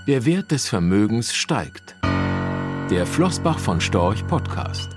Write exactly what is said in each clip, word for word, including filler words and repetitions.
Der Wert des Vermögens steigt. Der Flossbach von Storch Podcast.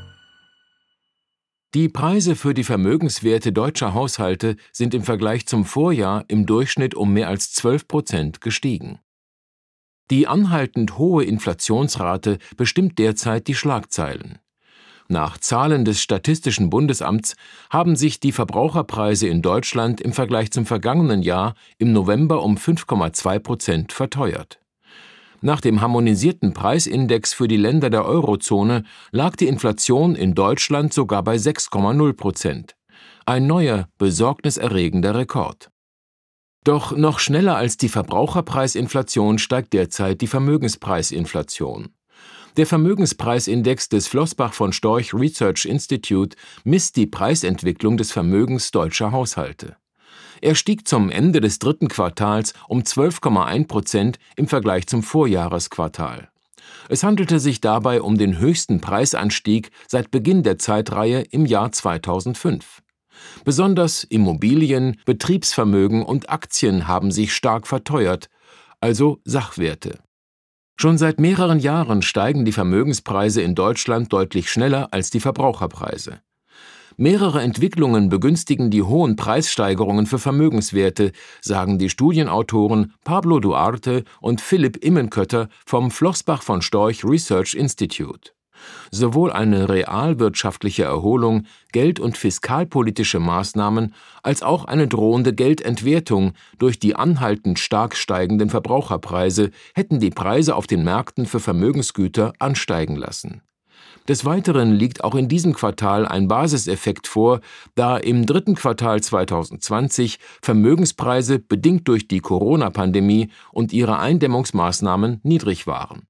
Die Preise für die Vermögenswerte deutscher Haushalte sind im Vergleich zum Vorjahr im Durchschnitt um mehr als zwölf Prozent gestiegen. Die anhaltend hohe Inflationsrate bestimmt derzeit die Schlagzeilen. Nach Zahlen des Statistischen Bundesamts haben sich die Verbraucherpreise in Deutschland im Vergleich zum vergangenen Jahr im November um fünf Komma zwei Prozent verteuert. Nach dem harmonisierten Preisindex für die Länder der Eurozone lag die Inflation in Deutschland sogar bei sechs Komma null Prozent. Ein neuer, besorgniserregender Rekord. Doch noch schneller als die Verbraucherpreisinflation steigt derzeit die Vermögenspreisinflation. Der Vermögenspreisindex des Flossbach von Storch Research Institute misst die Preisentwicklung des Vermögens deutscher Haushalte. Er stieg zum Ende des dritten Quartals um zwölf Komma eins Prozent im Vergleich zum Vorjahresquartal. Es handelte sich dabei um den höchsten Preisanstieg seit Beginn der Zeitreihe im Jahr zweitausendfünf. Besonders Immobilien, Betriebsvermögen und Aktien haben sich stark verteuert, also Sachwerte. Schon seit mehreren Jahren steigen die Vermögenspreise in Deutschland deutlich schneller als die Verbraucherpreise. Mehrere Entwicklungen begünstigen die hohen Preissteigerungen für Vermögenswerte, sagen die Studienautoren Pablo Duarte und Philipp Immenkötter vom Flossbach von Storch Research Institute. Sowohl eine realwirtschaftliche Erholung, geld- und fiskalpolitische Maßnahmen als auch eine drohende Geldentwertung durch die anhaltend stark steigenden Verbraucherpreise hätten die Preise auf den Märkten für Vermögensgüter ansteigen lassen. Des Weiteren liegt auch in diesem Quartal ein Basiseffekt vor, da im dritten Quartal zweitausendzwanzig Vermögenspreise bedingt durch die Corona-Pandemie und ihre Eindämmungsmaßnahmen niedrig waren.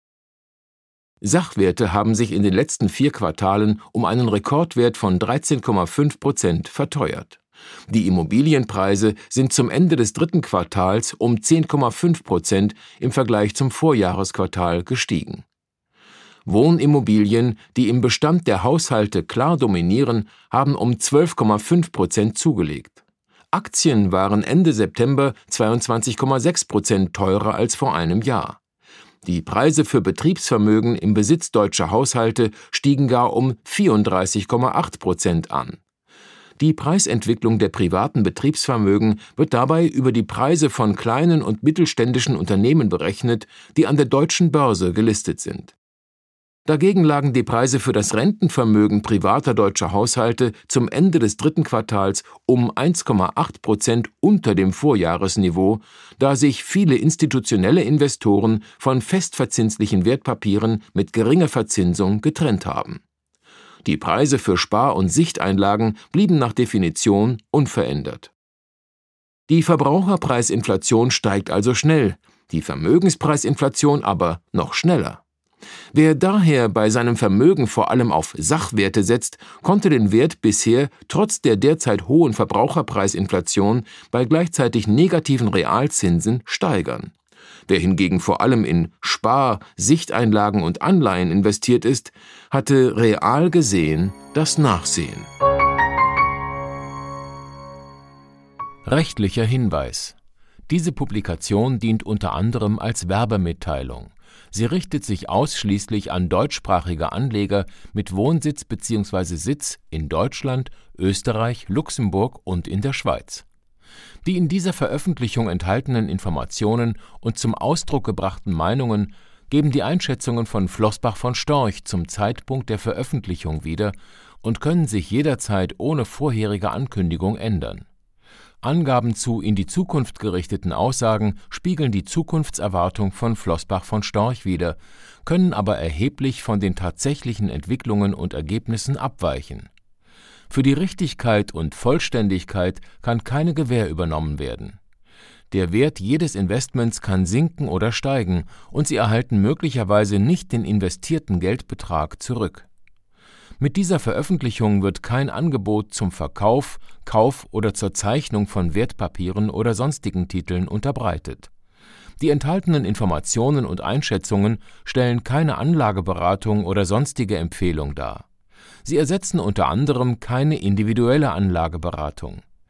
Sachwerte haben sich in den letzten vier Quartalen um einen Rekordwert von dreizehn Komma fünf Prozent verteuert. Die Immobilienpreise sind zum Ende des dritten Quartals um zehn Komma fünf Prozent im Vergleich zum Vorjahresquartal gestiegen. Wohnimmobilien, die im Bestand der Haushalte klar dominieren, haben um zwölf Komma fünf Prozent zugelegt. Aktien waren Ende September zweiundzwanzig Komma sechs Prozent teurer als vor einem Jahr. Die Preise für Betriebsvermögen im Besitz deutscher Haushalte stiegen gar um vierunddreißig Komma acht Prozent an. Die Preisentwicklung der privaten Betriebsvermögen wird dabei über die Preise von kleinen und mittelständischen Unternehmen berechnet, die an der deutschen Börse gelistet sind. Dagegen lagen die Preise für das Rentenvermögen privater deutscher Haushalte zum Ende des dritten Quartals um eins Komma acht Prozent unter dem Vorjahresniveau, da sich viele institutionelle Investoren von festverzinslichen Wertpapieren mit geringer Verzinsung getrennt haben. Die Preise für Spar- und Sichteinlagen blieben nach Definition unverändert. Die Verbraucherpreisinflation steigt also schnell, die Vermögenspreisinflation aber noch schneller. Wer daher bei seinem Vermögen vor allem auf Sachwerte setzt, konnte den Wert bisher trotz der derzeit hohen Verbraucherpreisinflation bei gleichzeitig negativen Realzinsen steigern. Wer hingegen vor allem in Spar-, Sichteinlagen und Anleihen investiert ist, hatte real gesehen das Nachsehen. Rechtlicher Hinweis: Diese Publikation dient unter anderem als Werbemitteilung. Sie richtet sich ausschließlich an deutschsprachige Anleger mit Wohnsitz bzw. Sitz in Deutschland, Österreich, Luxemburg und in der Schweiz. Die in dieser Veröffentlichung enthaltenen Informationen und zum Ausdruck gebrachten Meinungen geben die Einschätzungen von Flossbach von Storch zum Zeitpunkt der Veröffentlichung wieder und können sich jederzeit ohne vorherige Ankündigung ändern. Angaben zu in die Zukunft gerichteten Aussagen spiegeln die Zukunftserwartung von Flossbach von Storch wider, können aber erheblich von den tatsächlichen Entwicklungen und Ergebnissen abweichen. Für die Richtigkeit und Vollständigkeit kann keine Gewähr übernommen werden. Der Wert jedes Investments kann sinken oder steigen und Sie erhalten möglicherweise nicht den investierten Geldbetrag zurück. Mit dieser Veröffentlichung wird kein Angebot zum Verkauf, Kauf oder zur Zeichnung von Wertpapieren oder sonstigen Titeln unterbreitet. Die enthaltenen Informationen und Einschätzungen stellen keine Anlageberatung oder sonstige Empfehlung dar. Sie ersetzen unter anderem keine individuelle Anlageberatung.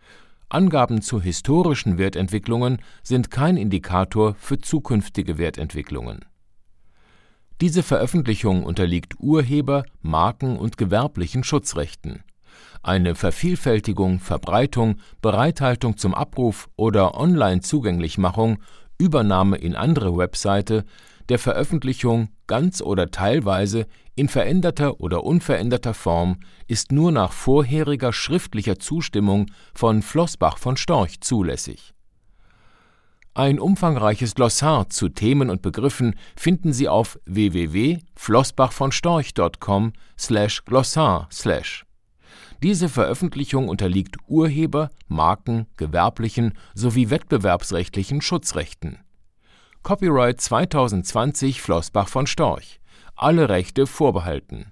Angaben zu historischen Wertentwicklungen sind kein Indikator für zukünftige Wertentwicklungen. Diese Veröffentlichung unterliegt Urheber-, Marken- und gewerblichen Schutzrechten. Eine Vervielfältigung, Verbreitung, Bereithaltung zum Abruf oder Online-Zugänglichmachung, Übernahme in andere Webseite, der Veröffentlichung ganz oder teilweise in veränderter oder unveränderter Form ist nur nach vorheriger schriftlicher Zustimmung von Floßbach von Storch zulässig. Ein umfangreiches Glossar zu Themen und Begriffen finden Sie auf w w w punkt floßbachvonstorch punkt com slash glossar slash. Diese Veröffentlichung unterliegt Urheber-, Marken-, gewerblichen sowie wettbewerbsrechtlichen Schutzrechten. Copyright zwanzig zwanzig Floßbach von Storch. Alle Rechte vorbehalten.